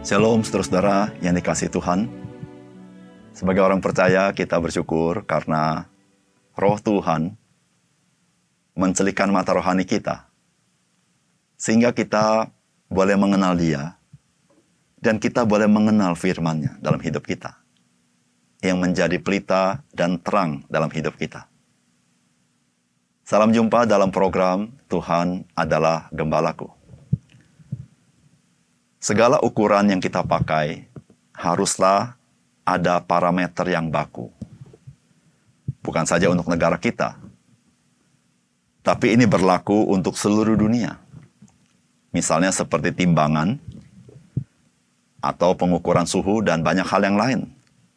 Shalom saudara-saudara yang dikasihi Tuhan. Sebagai orang percaya kita bersyukur karena Roh Tuhan mencelikan mata rohani kita. Sehingga kita boleh mengenal Dia dan kita boleh mengenal firman-Nya dalam hidup kita. Yang menjadi pelita dan terang dalam hidup kita. Salam jumpa dalam program Tuhan adalah Gembalaku. Segala ukuran yang kita pakai haruslah ada parameter yang baku. Bukan saja untuk negara kita, tapi ini berlaku untuk seluruh dunia. Misalnya seperti timbangan, atau pengukuran suhu, dan banyak hal yang lain.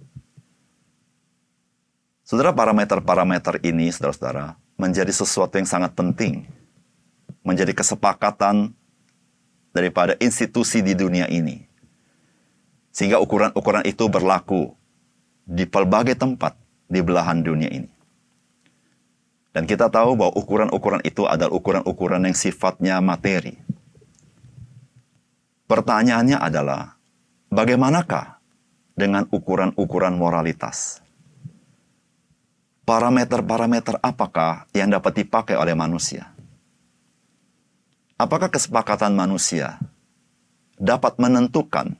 Saudara, parameter-parameter ini, saudara-saudara, menjadi sesuatu yang sangat penting. Menjadi kesepakatan daripada institusi di dunia ini. Sehingga ukuran-ukuran itu berlaku di pelbagai tempat di belahan dunia ini. Dan kita tahu bahwa ukuran-ukuran itu adalah ukuran-ukuran yang sifatnya materi. Pertanyaannya adalah, bagaimanakah dengan ukuran-ukuran moralitas? Parameter-parameter apakah yang dapat dipakai oleh manusia? Apakah kesepakatan manusia dapat menentukan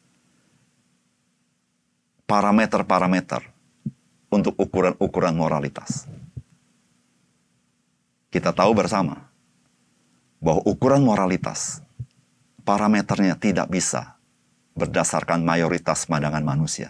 parameter-parameter untuk ukuran-ukuran moralitas? Kita tahu bersama bahwa ukuran moralitas, parameternya tidak bisa berdasarkan mayoritas pandangan manusia.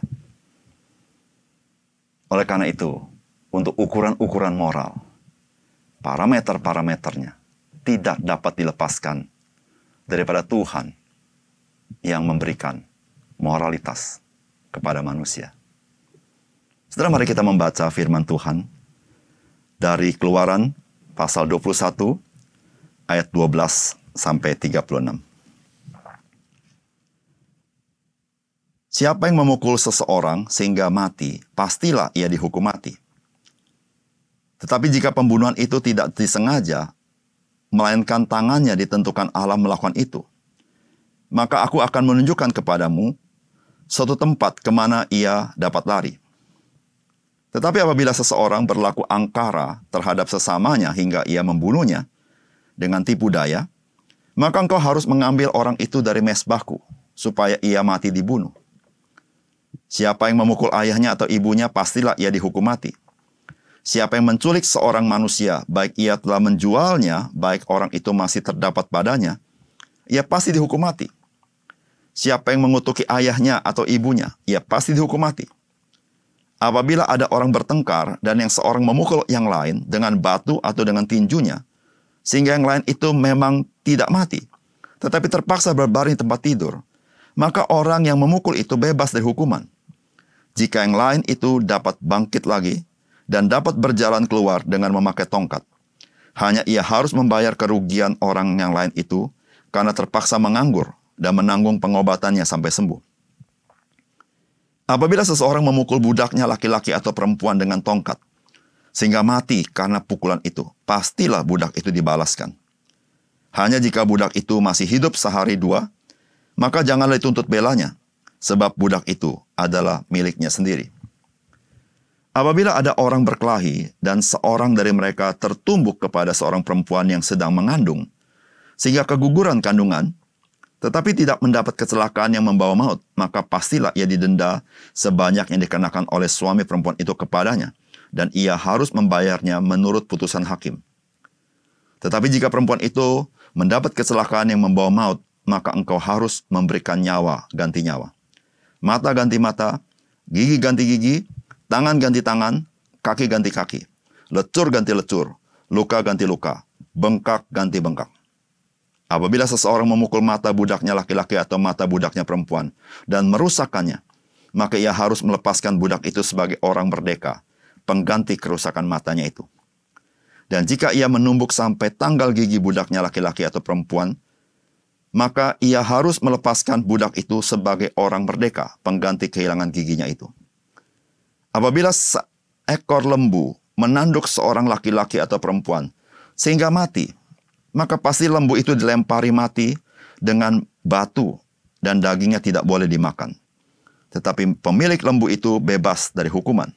Oleh karena itu, untuk ukuran-ukuran moral, parameter-parameternya tidak dapat dilepaskan daripada Tuhan yang memberikan moralitas kepada manusia. Saudara, mari kita membaca firman Tuhan dari Keluaran pasal 21 ayat 12 sampai 36. Siapa yang memukul seseorang sehingga mati, pastilah ia dihukum mati. Tetapi jika pembunuhan itu tidak disengaja, melainkan tangannya ditentukan Allah melakukan itu, maka aku akan menunjukkan kepadamu suatu tempat kemana ia dapat lari. Tetapi apabila seseorang berlaku angkara terhadap sesamanya hingga ia membunuhnya dengan tipu daya, maka engkau harus mengambil orang itu dari mezbahku, supaya ia mati dibunuh. Siapa yang memukul ayahnya atau ibunya, pastilah ia dihukum mati. Siapa yang menculik seorang manusia, baik ia telah menjualnya, baik orang itu masih terdapat padanya, ia pasti dihukum mati. Siapa yang mengutuki ayahnya atau ibunya, ia pasti dihukum mati. Apabila ada orang bertengkar dan yang seorang memukul yang lain dengan batu atau dengan tinjunya, sehingga yang lain itu memang tidak mati, tetapi terpaksa berbaring di tempat tidur, maka orang yang memukul itu bebas dari hukuman. Jika yang lain itu dapat bangkit lagi, dan dapat berjalan keluar dengan memakai tongkat, hanya ia harus membayar kerugian orang yang lain itu karena terpaksa menganggur dan menanggung pengobatannya sampai sembuh. Apabila seseorang memukul budaknya laki-laki atau perempuan dengan tongkat, sehingga mati karena pukulan itu, pastilah budak itu dibalaskan. Hanya jika budak itu masih hidup sehari dua, maka janganlah dituntut belanya, sebab budak itu adalah miliknya sendiri. Apabila ada orang berkelahi dan seorang dari mereka tertumbuk kepada seorang perempuan yang sedang mengandung, sehingga keguguran kandungan, tetapi tidak mendapat kecelakaan yang membawa maut, maka pastilah ia didenda sebanyak yang dikenakan oleh suami perempuan itu kepadanya, dan ia harus membayarnya menurut putusan hakim. Tetapi jika perempuan itu mendapat kecelakaan yang membawa maut, maka engkau harus memberikan nyawa ganti nyawa. Mata ganti mata, gigi ganti gigi, tangan ganti tangan, kaki ganti kaki, lecur ganti lecur, luka ganti luka, bengkak ganti bengkak. Apabila seseorang memukul mata budaknya laki-laki atau mata budaknya perempuan dan merusakkannya, maka ia harus melepaskan budak itu sebagai orang merdeka, pengganti kerusakan matanya itu. Dan jika ia menumbuk sampai tanggal gigi budaknya laki-laki atau perempuan, maka ia harus melepaskan budak itu sebagai orang merdeka, pengganti kehilangan giginya itu. Apabila seekor lembu menanduk seorang laki-laki atau perempuan sehingga mati, maka pasti lembu itu dilempari mati dengan batu dan dagingnya tidak boleh dimakan. Tetapi pemilik lembu itu bebas dari hukuman.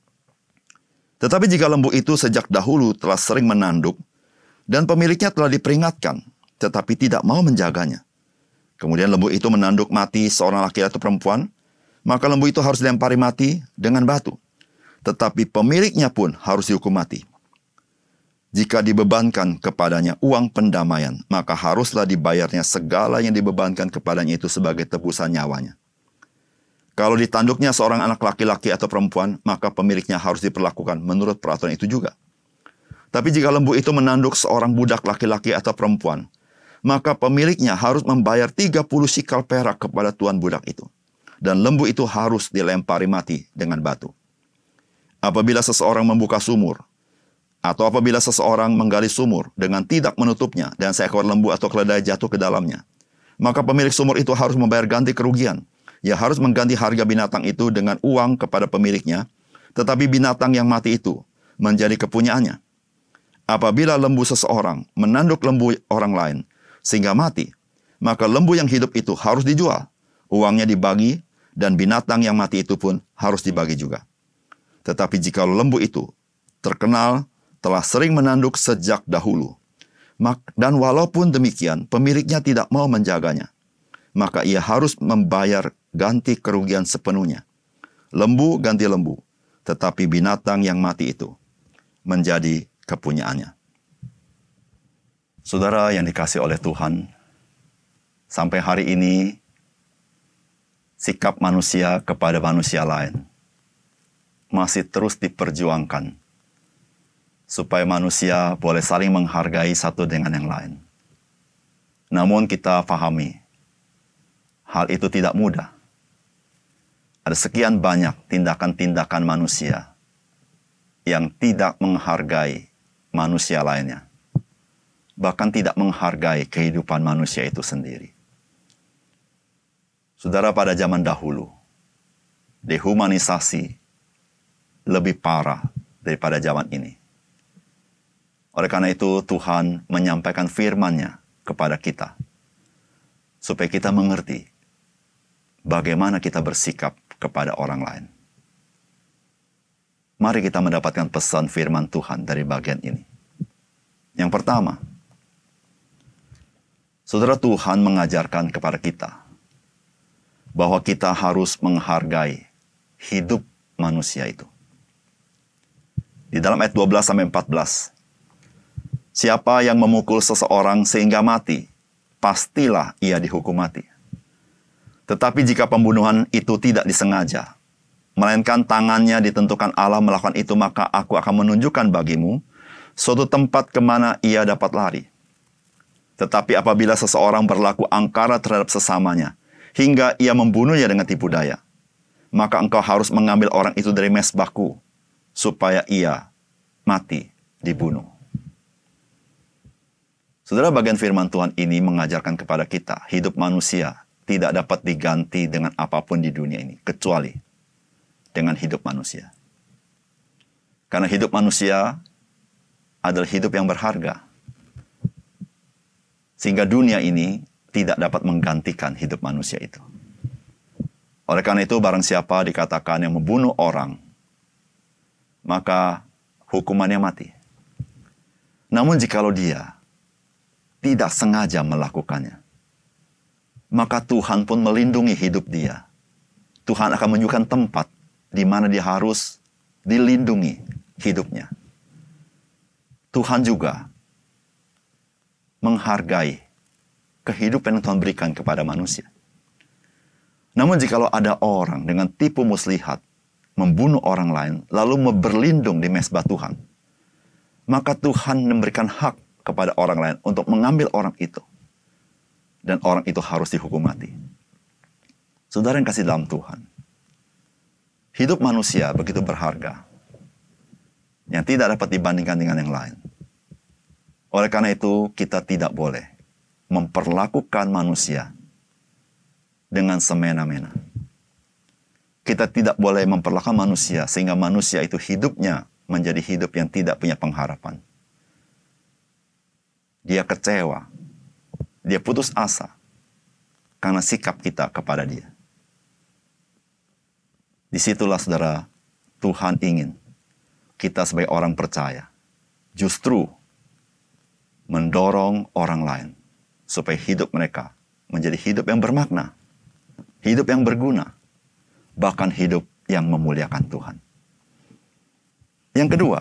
Tetapi jika lembu itu sejak dahulu telah sering menanduk, dan pemiliknya telah diperingatkan, tetapi tidak mau menjaganya, kemudian lembu itu menanduk mati seorang laki atau perempuan, maka lembu itu harus dilempari mati dengan batu. Tetapi pemiliknya pun harus dihukum mati. Jika dibebankan kepadanya uang pendamaian, maka haruslah dibayarnya segala yang dibebankan kepadanya itu sebagai tebusan nyawanya. Kalau ditanduknya seorang anak laki-laki atau perempuan, maka pemiliknya harus diperlakukan menurut peraturan itu juga. Tapi jika lembu itu menanduk seorang budak laki-laki atau perempuan, maka pemiliknya harus membayar 30 sikal perak kepada tuan budak itu. Dan lembu itu harus dilempari mati dengan batu. Apabila seseorang membuka sumur, atau apabila seseorang menggali sumur dengan tidak menutupnya, dan seekor lembu atau keledai jatuh ke dalamnya, maka pemilik sumur itu harus membayar ganti kerugian. Ia harus mengganti harga binatang itu dengan uang kepada pemiliknya, tetapi binatang yang mati itu menjadi kepunyaannya. Apabila lembu seseorang menanduk lembu orang lain sehingga mati, maka lembu yang hidup itu harus dijual, uangnya dibagi, dan binatang yang mati itu pun harus dibagi juga. Tetapi jika lembu itu terkenal telah sering menanduk sejak dahulu, dan walaupun demikian pemiliknya tidak mau menjaganya, maka ia harus membayar ganti kerugian sepenuhnya. Lembu ganti lembu, tetapi binatang yang mati itu menjadi kepunyaannya. Saudara yang dikasihi oleh Tuhan, sampai hari ini sikap manusia kepada manusia lain masih terus diperjuangkan supaya manusia boleh saling menghargai satu dengan yang lain. Namun kita pahami, hal itu tidak mudah. Ada sekian banyak tindakan-tindakan manusia yang tidak menghargai manusia lainnya, bahkan tidak menghargai kehidupan manusia itu sendiri. Saudara, pada zaman dahulu, dehumanisasi lebih parah daripada zaman ini. Oleh karena itu, Tuhan menyampaikan firman-Nya kepada kita, supaya kita mengerti bagaimana kita bersikap kepada orang lain. Mari kita mendapatkan pesan firman Tuhan dari bagian ini. Yang pertama, saudara, Tuhan mengajarkan kepada kita bahwa kita harus menghargai hidup manusia itu. Di dalam ayat 12-14, siapa yang memukul seseorang sehingga mati, pastilah ia dihukum mati. Tetapi jika pembunuhan itu tidak disengaja, melainkan tangannya ditentukan Allah melakukan itu, maka aku akan menunjukkan bagimu suatu tempat kemana ia dapat lari. Tetapi apabila seseorang berlaku angkara terhadap sesamanya, hingga ia membunuhnya dengan tipu daya, maka engkau harus mengambil orang itu dari mesbahku, supaya ia mati dibunuh. Saudara, bagian firman Tuhan ini mengajarkan kepada kita, hidup manusia tidak dapat diganti dengan apapun di dunia ini, kecuali dengan hidup manusia. Karena hidup manusia adalah hidup yang berharga, sehingga dunia ini tidak dapat menggantikan hidup manusia itu. Oleh karena itu, barang siapa dikatakan yang membunuh orang, maka hukumannya mati. Namun jikalau dia tidak sengaja melakukannya, maka Tuhan pun melindungi hidup dia. Tuhan akan menunjukkan tempat di mana dia harus dilindungi hidupnya. Tuhan juga menghargai kehidupan yang Tuhan berikan kepada manusia. Namun jikalau ada orang dengan tipu muslihat membunuh orang lain, lalu berlindung di mezbah Tuhan, maka Tuhan memberikan hak kepada orang lain untuk mengambil orang itu. Dan orang itu harus dihukum mati. Saudara yang kasih dalam Tuhan, hidup manusia begitu berharga, yang tidak dapat dibandingkan dengan yang lain. Oleh karena itu, kita tidak boleh memperlakukan manusia dengan semena-mena. Kita tidak boleh memperlakukan manusia sehingga manusia itu hidupnya menjadi hidup yang tidak punya pengharapan. Dia kecewa, dia putus asa, karena sikap kita kepada Dia. Disitulah saudara, Tuhan ingin kita sebagai orang percaya justru mendorong orang lain supaya hidup mereka menjadi hidup yang bermakna, hidup yang berguna, bahkan hidup yang memuliakan Tuhan. Yang kedua,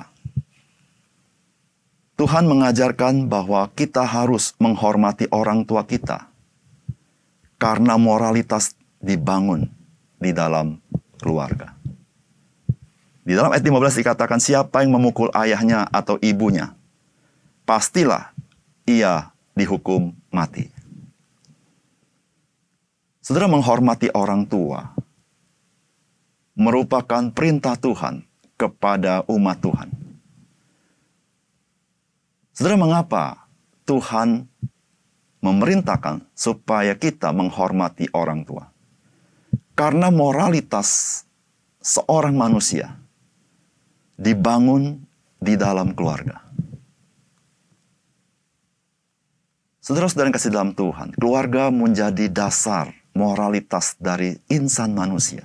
Tuhan mengajarkan bahwa kita harus menghormati orang tua kita karena moralitas dibangun di dalam keluarga. Di dalam ayat 15 dikatakan, siapa yang memukul ayahnya atau ibunya, pastilah ia dihukum mati. Saudara, menghormati orang tua merupakan perintah Tuhan kepada umat Tuhan. Saudara, mengapa Tuhan memerintahkan supaya kita menghormati orang tua? Karena moralitas seorang manusia dibangun di dalam keluarga. Saudara-saudara yang kasih dalam Tuhan, keluarga menjadi dasar moralitas dari insan manusia.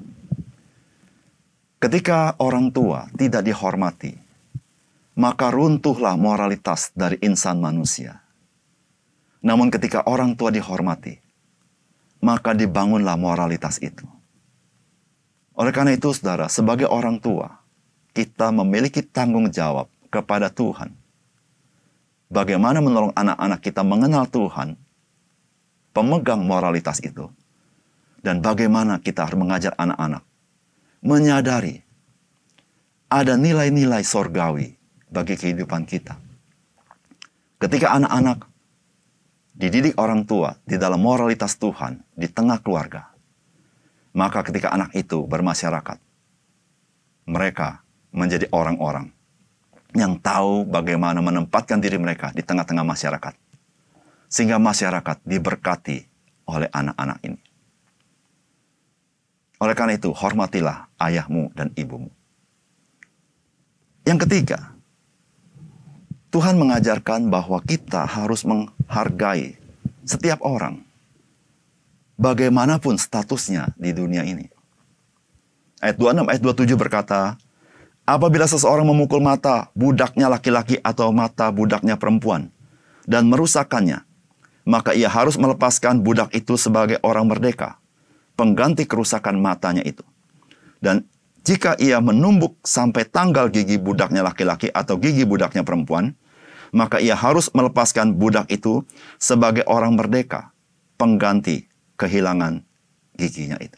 Ketika orang tua tidak dihormati, maka runtuhlah moralitas dari insan manusia. Namun ketika orang tua dihormati, maka dibangunlah moralitas itu. Oleh karena itu, saudara, sebagai orang tua, kita memiliki tanggung jawab kepada Tuhan. Bagaimana menolong anak-anak kita mengenal Tuhan, pemegang moralitas itu, dan bagaimana kita harus mengajar anak-anak menyadari ada nilai-nilai sorgawi bagi kehidupan kita. Ketika anak-anak dididik orang tua di dalam moralitas Tuhan di tengah keluarga, maka ketika anak itu bermasyarakat, mereka menjadi orang-orang yang tahu bagaimana menempatkan diri mereka di tengah-tengah masyarakat, sehingga masyarakat diberkati oleh anak-anak ini. Oleh karena itu, hormatilah ayahmu dan ibumu. Yang ketiga, Tuhan mengajarkan bahwa kita harus menghargai setiap orang, bagaimanapun statusnya di dunia ini. Ayat 26, ayat 27 berkata, apabila seseorang memukul mata budaknya laki-laki atau mata budaknya perempuan dan merusakkannya, maka ia harus melepaskan budak itu sebagai orang merdeka, pengganti kerusakan matanya itu. Dan jika ia menumbuk sampai tanggal gigi budaknya laki-laki atau gigi budaknya perempuan, maka ia harus melepaskan budak itu sebagai orang merdeka, pengganti kehilangan giginya itu.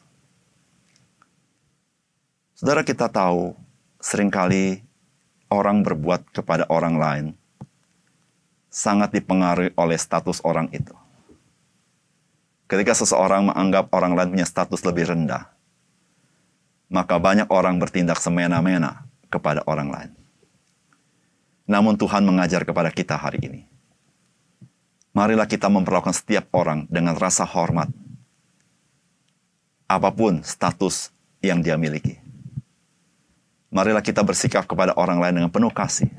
Saudara, kita tahu seringkali orang berbuat kepada orang lain sangat dipengaruhi oleh status orang itu. Ketika seseorang menganggap orang lain punya status lebih rendah, maka banyak orang bertindak semena-mena kepada orang lain. Namun Tuhan mengajar kepada kita hari ini, marilah kita memperlakukan setiap orang dengan rasa hormat, apapun status yang dia miliki. Marilah kita bersikap kepada orang lain dengan penuh kasih,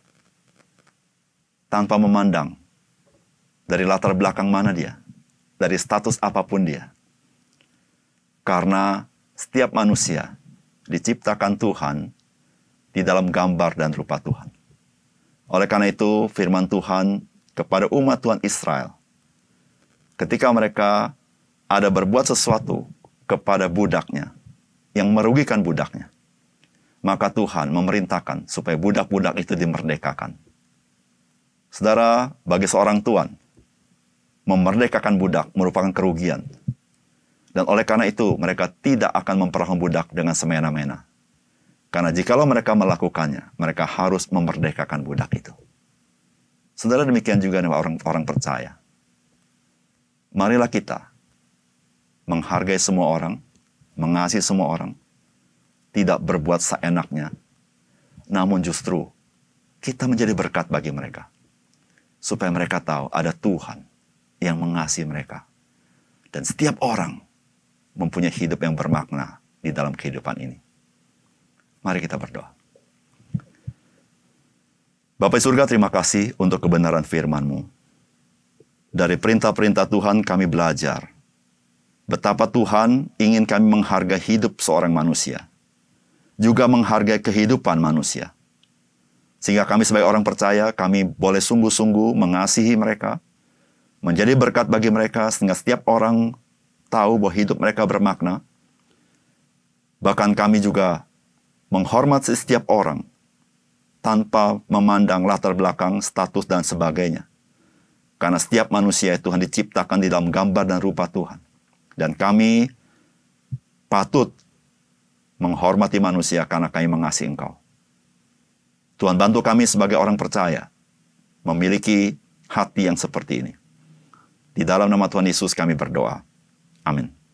tanpa memandang dari latar belakang mana dia, dari status apapun dia. Karena setiap manusia diciptakan Tuhan di dalam gambar dan rupa Tuhan. Oleh karena itu, firman Tuhan kepada umat Tuhan Israel, ketika mereka ada berbuat sesuatu kepada budaknya, yang merugikan budaknya, maka Tuhan memerintahkan supaya budak-budak itu dimerdekakan. Saudara, bagi seorang tuan, memerdekakan budak merupakan kerugian. Dan oleh karena itu, mereka tidak akan memperlakukan budak dengan semena-mena. Karena jikalau mereka melakukannya, mereka harus memerdekakan budak itu. Saudara, demikian juga dengan orang percaya. Marilah kita menghargai semua orang, mengasihi semua orang, tidak berbuat seenaknya, namun justru kita menjadi berkat bagi mereka. Supaya mereka tahu ada Tuhan yang mengasihi mereka. Dan setiap orang mempunyai hidup yang bermakna di dalam kehidupan ini. Mari kita berdoa. Bapa di surga, terima kasih untuk kebenaran firman-Mu. Dari perintah-perintah Tuhan kami belajar betapa Tuhan ingin kami menghargai hidup seorang manusia, juga menghargai kehidupan manusia. Sehingga kami sebagai orang percaya, kami boleh sungguh-sungguh mengasihi mereka, menjadi berkat bagi mereka, sehingga setiap orang tahu bahwa hidup mereka bermakna. Bahkan kami juga menghormati setiap orang, tanpa memandang latar belakang, status, dan sebagainya. Karena setiap manusia Tuhan diciptakan di dalam gambar dan rupa Tuhan. Dan kami patut menghormati manusia karena kami mengasihi Engkau. Tuhan bantu kami sebagai orang percaya memiliki hati yang seperti ini. Di dalam nama Tuhan Yesus kami berdoa. Amin.